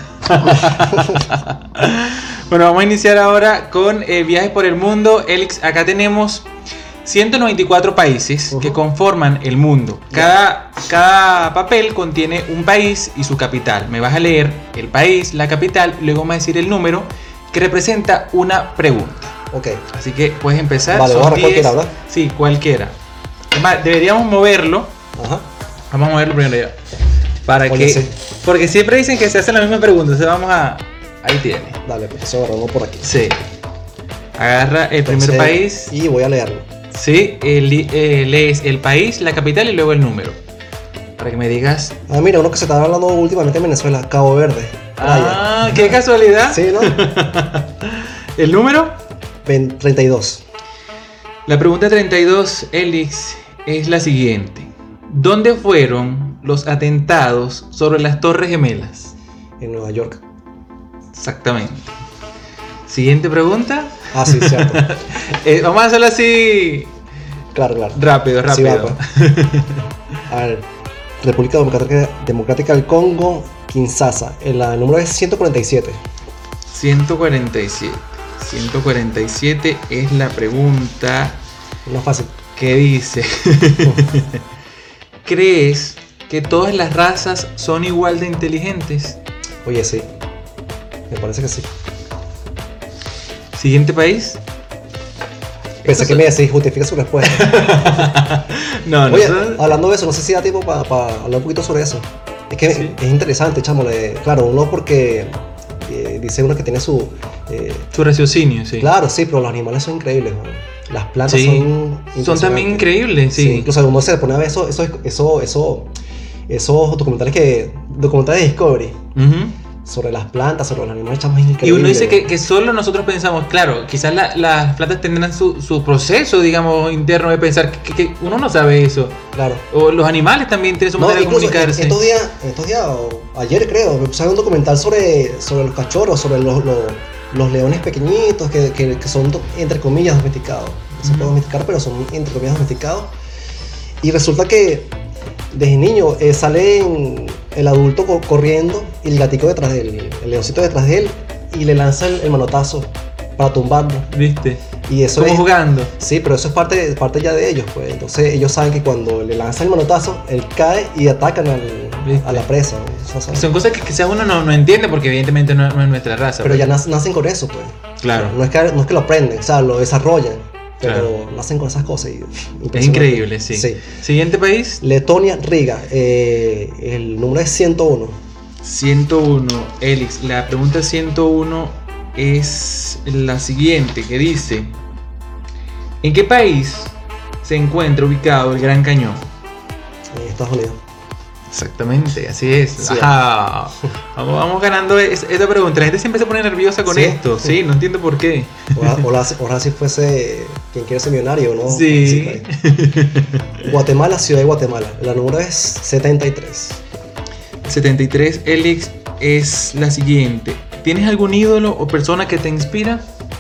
Bueno, vamos a iniciar ahora con viajes por el mundo. Elix, acá tenemos 194 países que conforman el mundo. Cada papel contiene un país y su capital. Me vas a leer el país, la capital, luego vamos a decir el número que representa una pregunta. Ok. Así que puedes empezar. Vale, vamos a cualquiera, ¿verdad? Sí, cualquiera. Además, deberíamos moverlo. Ajá. Vamos a moverlo primero ya. Para Oye, que. sí. Porque siempre dicen que se hacen la misma pregunta. Entonces vamos a. Ahí tiene. Dale, pues eso agarramos por aquí. Sí. Agarra el primer Entonces, país. Y voy a leerlo. Sí, lees el país, la capital y luego el número. Para que me digas. Ah, mira, uno que se está hablando últimamente en Venezuela, Cabo Verde. Ah, qué casualidad. Sí, ¿no? ¿El número? 32. La pregunta 32, Elix, es la siguiente. ¿Dónde fueron los atentados sobre las Torres Gemelas? En Nueva York. Exactamente. Siguiente pregunta. Ah, sí, cierto. Vamos a hacerlo así. Claro, claro. Rápido. Sí, va, pues. A ver, República Democrática del Congo, Kinshasa. El número es 147. 147. 147 es la pregunta No es fácil. que dice: ¿crees que todas las razas son igual de inteligentes? Oye, sí. Me parece que sí. Siguiente país. Pensé que me decís, justifica su respuesta. No, Oye, nosotros- hablando de eso, no sé si da tiempo para hablar un poquito sobre eso. Es que Sí. es interesante, chamo. Claro, uno porque dice uno que tiene su... su raciocinio, sí. Claro, sí, pero los animales son increíbles, man. Las plantas Sí. son Son también impresionantes. increíbles, sí. Incluso uno se pone a ver esos documentales de Discovery Ujú. sobre las plantas, sobre los animales, chamo, es Y increíble. uno dice man. que solo nosotros pensamos, claro, quizás las plantas tendrán su proceso, digamos, interno de pensar, que uno no sabe eso. Claro. O los animales también tienen su No, manera de incluso comunicarse. estos días, o ayer creo, me puse a ver un documental sobre los cachorros, sobre los leones pequeñitos que son, entre comillas, domesticados. No se pueden domesticar, pero son, entre comillas, domesticados. Y resulta que desde niño sale el adulto corriendo y el gatico detrás de él, el leoncito detrás de él, y le lanza el manotazo para tumbarlo. ¿Viste? Y eso Como es... jugando. Sí, pero eso es parte ya de ellos, pues. Entonces ellos saben que cuando le lanzan el manotazo, él cae y atacan ¿Viste? a la presa. O sea, Son cosas que quizás uno no entiende porque evidentemente no es nuestra raza. pero pues. ya nacen con eso, pues. Claro. No es que lo aprenden, o sea, lo desarrollan, pero Claro. nacen con esas cosas. Es increíble, sí. Siguiente país. Letonia, Riga. El número es 101. 101, Elix. La pregunta 101 es la siguiente, que dice: ¿en qué país se encuentra ubicado el Gran Cañón? En Estados Unidos. Exactamente, así es. Sí. Ajá. Vamos ganando esta pregunta. La gente siempre se pone nerviosa con Sí. esto. Sí, no entiendo por qué. Ojalá si fuese quien quiere ser millonario, ¿no? Sí. Guatemala, ciudad de Guatemala. La número es 73. 73, Elix, es la siguiente. ¿Tienes algún ídolo o persona que te inspira?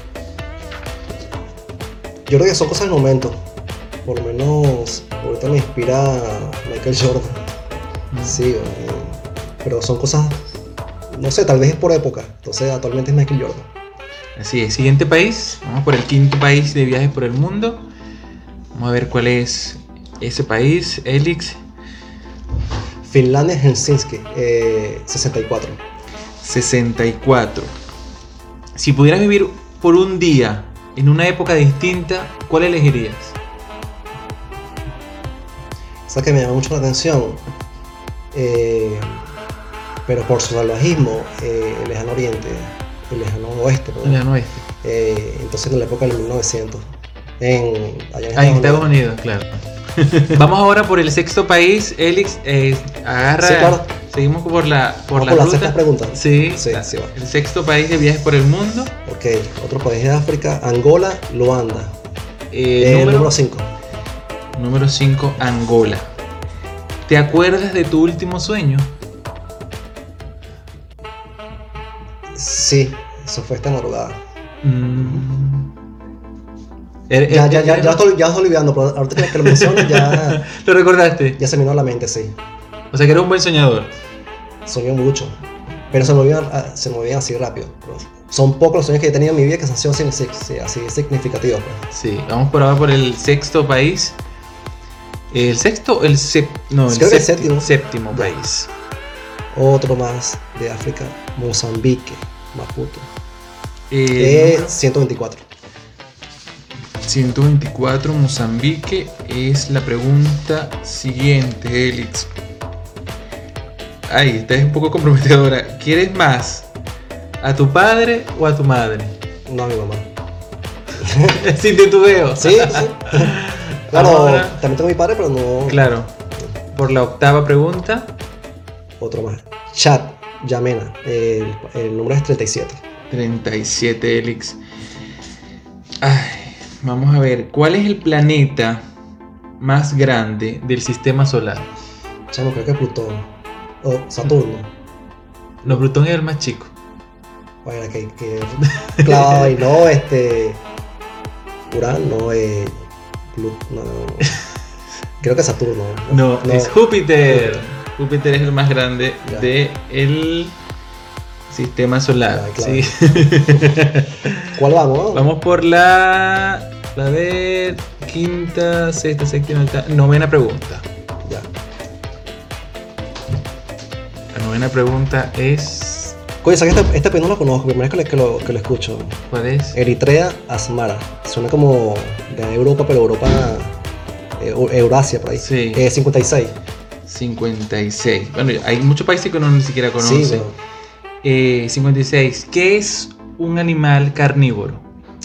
Yo creo que son cosas del momento. Por lo menos ahorita me inspira Michael Jordan. Sí, pero son cosas, no sé, tal vez es por época. Entonces actualmente es Michael Jordan. Así es. Siguiente país. Vamos por el quinto país de viajes por el mundo. Vamos a ver cuál es ese país, Elix. Finlandia, Helsinki, 64. 64. Si pudieras vivir por un día en una época distinta, ¿cuál elegirías? O sea que me llama mucho la atención. Pero por su salvajismo, el lejano oriente, el lejano oeste, perdón. Ya no este. Entonces en la época del 1900. Allá en Ah, en Estados Unidos, claro. Vamos ahora por el sexto país, Elix. Agarra. Sí, claro. Seguimos por la Vamos por la ruta. sexta pregunta. Sí, Sí, sí, va. el sexto país de viajes por el mundo. Ok, otro país de África, Angola, Luanda. Número Número 5. Número 5, Angola. ¿Te acuerdas de tu último sueño? Sí, eso fue esta madrugada. Ya estoy olvidando, pero ahorita que lo mencionas ya... ¿Lo recordaste? Ya se me vino a la mente, sí. O sea que eres un buen soñador. Soñé mucho, pero se me movían así rápido. Pero son pocos los sueños que he tenido en mi vida que han sido así significativos. Pues. Sí, vamos por ahora por el sexto país. ¿El sexto? Creo que el séptimo. Séptimo país. Otro más de África, Mozambique, Maputo. 124. 124, Mozambique es la pregunta siguiente, Elix. Ay, esta es un poco comprometedora. ¿Quieres más a tu padre o a tu madre? No, a mi mamá. Sin titubeo. Sí. Claro, Ahora, también tengo a mi padre, pero no... Claro. Por la octava pregunta. Otro más. Chad, Yamena. El número es 37. 37, Elix. Ay, vamos a ver. ¿Cuál es el planeta más grande del sistema solar? Chamo, creo que Plutón. O Saturno. No, Plutón es el más chico. Bueno, que clavado ahí, no, Urano, no, no. Creo que Saturno. No, es Júpiter. Júpiter es el más grande del sistema solar. Ya, claro. Sí. ¿Cuál vamos? Vamos por la de quinta, sexta, séptima, octava, novena pregunta. Ya. La novena pregunta es... Oye, ¿sabes que este país no lo conozco? Primera vez que lo escucho. ¿Cuál es? Eritrea, Asmara. Suena como de Europa, pero Europa... Eurasia, por ahí. Sí. 56. 56. Bueno, hay muchos países que uno ni siquiera conoce. Sí, bueno. 56. ¿Qué es un animal carnívoro?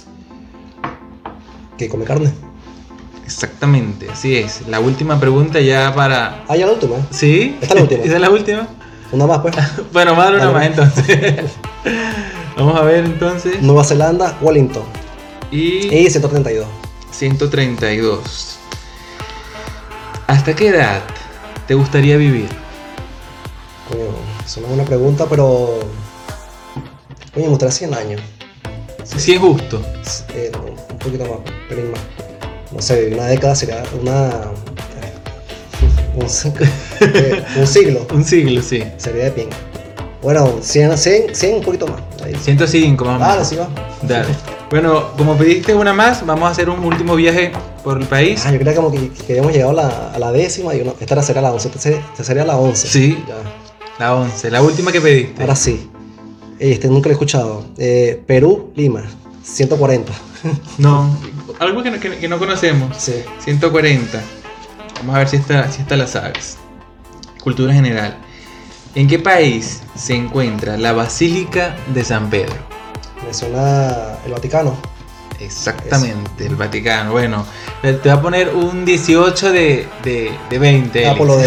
¿Que come carne? Exactamente, así es. La última pregunta ya para... Ah, ya la última. ¿Sí? ¿Esta es la última? ¿Esa es la última? Una más, pues. Bueno, más de una Dale. más entonces. Vamos a ver entonces. Nueva Zelanda, Wellington. Y 132. 132. ¿Hasta qué edad te gustaría vivir? Coño, es una buena pregunta, pero... Coño, me gustaría 100 años. Si es justo. Un poquito más, un pelín más. No sé, una década sería un siglo. Un siglo, sí. Sería de pinga. Bueno, 100, un poquito más. Ahí. 105 más o menos. Dale, sí va. Dale. Bueno, como pediste una más, vamos a hacer un último viaje por el país. Yo creía como que habíamos llegado a la décima y esta sería la 11. Esta sería la 11. Sí. Ya. La 11, la última que pediste. Ahora sí. Nunca lo he escuchado. Perú, Lima, 140. No, algo que no conocemos. Sí. 140. Vamos a ver si esta la sabes. Cultura general. ¿En qué país se encuentra la Basílica de San Pedro? Me suena el Vaticano. Exactamente, el Vaticano. Bueno, te voy a poner un 18 de 20. Ah, por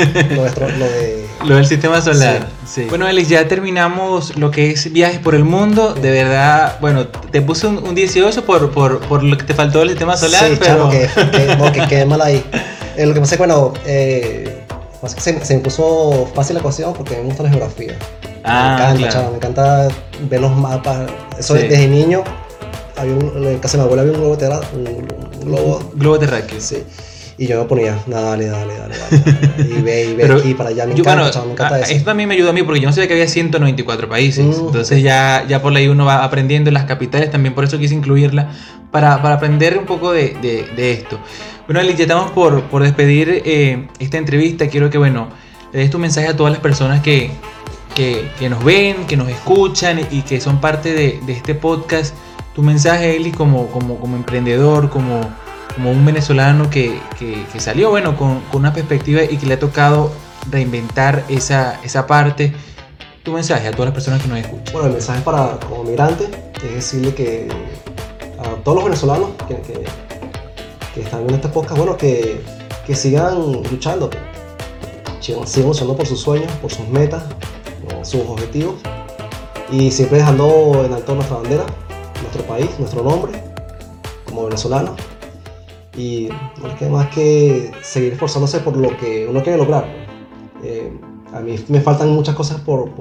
Lo del sistema solar. Sí. Bueno, Alex, ya terminamos lo que es viajes por el mundo. De verdad, bueno, te puse un 18 por lo que te faltó del sistema solar, sí, pero... chamo, que quedé mal ahí. Lo que pasa es que, bueno, pasa que se me puso fácil la ecuación porque me gusta la geografía. Ah, me encanta, claro. chamo, me encanta ver los mapas. Eso Sí. desde niño. En casa de mi abuela había un globo. Globo terráqueo. Sí. Y yo me ponía, dale. Y ve Pero aquí para allá. Me yo, encanta, bueno, chamo, me encanta eso. esto también me ayudó a mí porque yo no sabía que había 194 países. Entonces ya por ahí uno va aprendiendo en las capitales también, por eso quise incluirla, para aprender un poco de esto. Bueno, Alex, ya estamos por despedir esta entrevista. Quiero que, bueno, le des tu mensaje a todas las personas que nos ven, que nos escuchan y que son parte de este podcast. Tu mensaje, Eli, como emprendedor, como un venezolano que salió, bueno, con una perspectiva y que le ha tocado reinventar esa parte. Tu mensaje a todas las personas que nos escuchan. Bueno, el mensaje como migrante es decirle que a todos los venezolanos que están viendo este podcast, bueno, que sigan luchando, sigan luchando por sus sueños, por sus metas, por sus objetivos y siempre dejando en alto nuestra bandera, nuestro país, nuestro nombre como venezolanos, y no les queda más que seguir esforzándose por lo que uno quiere lograr. A mí me faltan muchas cosas por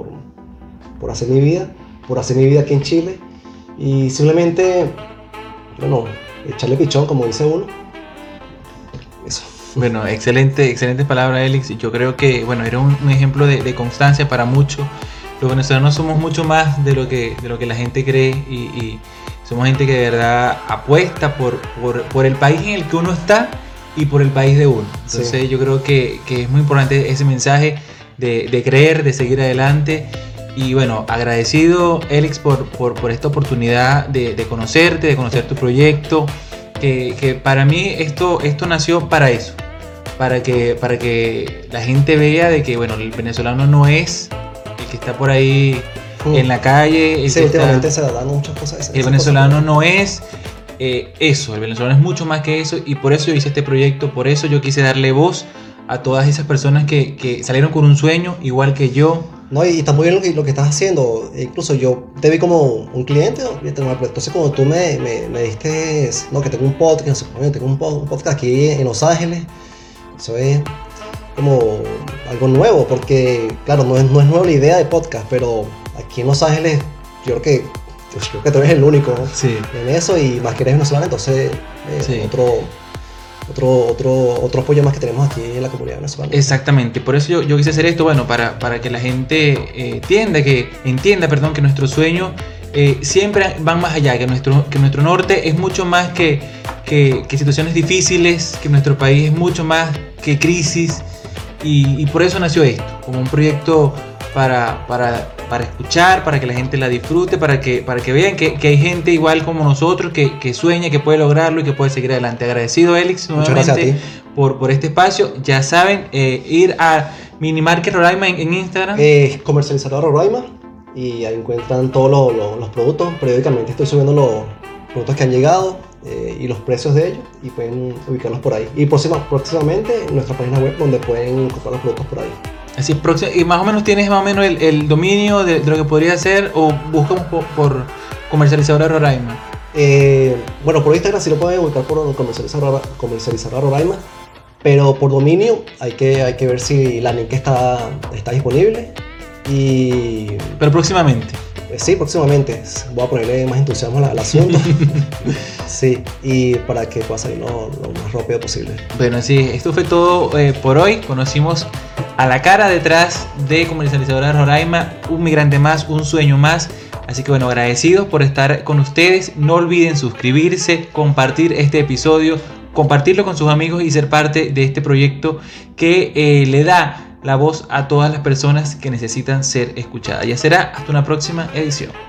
hacer mi vida aquí en Chile, y simplemente, bueno, echarle pichón, como dice uno. Eso. Bueno, excelente palabra, Elix. Yo creo que, bueno, era un ejemplo de constancia para muchos. Los venezolanos somos mucho más de lo que la gente cree y somos gente que de verdad apuesta por el país en el que uno está y por el país de uno. Entonces yo creo que es muy importante ese mensaje de creer, de seguir adelante. Y bueno, agradecido, Elix, por esta oportunidad de conocerte, de conocer tu proyecto. Que para mí esto nació para eso, para que la gente vea de que, bueno, el venezolano no es el que está por ahí en la calle. Sí, últimamente se dan muchas cosas. El venezolano no es eso, el venezolano es mucho más que eso, y por eso yo hice este proyecto, por eso yo quise darle voz a todas esas personas que salieron con un sueño, igual que yo. No, y está muy bien lo que estás haciendo. Incluso yo te vi como un cliente, ¿no? Entonces cuando tú me diste, no, que tengo un podcast, tengo un podcast aquí en Los Ángeles, eso es como algo nuevo, porque claro, no es nueva la idea de podcast, pero aquí en Los Ángeles yo creo que tú eres el único, ¿no? Sí. En eso, y más que eres venezolano, entonces Sí. otro apoyo más que tenemos aquí en la comunidad venezolana. Exactamente, por eso yo quise hacer esto, bueno, para que la gente entienda que nuestro sueño siempre van más allá, que nuestro norte es mucho más que situaciones difíciles, que nuestro país es mucho más que crisis, y por eso nació esto, como un proyecto para escuchar, para que la gente la disfrute, para que vean que hay gente igual como nosotros que sueña, que puede lograrlo y que puede seguir adelante. Agradecido, Elix, nuevamente por este espacio. Ya saben, ir a Minimarket Roraima en Instagram. Comercializador Roraima, y ahí encuentran todos los productos. Periódicamente estoy subiendo los productos que han llegado y los precios de ellos, y pueden ubicarlos por ahí. Y próximamente en nuestra página web, donde pueden comprar los productos por ahí. Así, y más o menos tienes el dominio de lo que podría ser, o buscamos por Comercializadora Roraima. Bueno, por Instagram sí lo pueden ubicar por Comercializadora Roraima, pero por dominio hay que ver si la link está disponible. Pero próximamente. Sí, próximamente. Voy a ponerle más entusiasmo al asunto. Sí, y para que pueda salir lo más rápido posible. Bueno, sí, esto fue todo por hoy. Conocimos a la cara detrás de Comercializadora Roraima, un migrante más, un sueño más. Así que bueno, agradecidos por estar con ustedes. No olviden suscribirse, compartir este episodio, compartirlo con sus amigos y ser parte de este proyecto que le da la voz a todas las personas que necesitan ser escuchadas. Ya será hasta una próxima edición.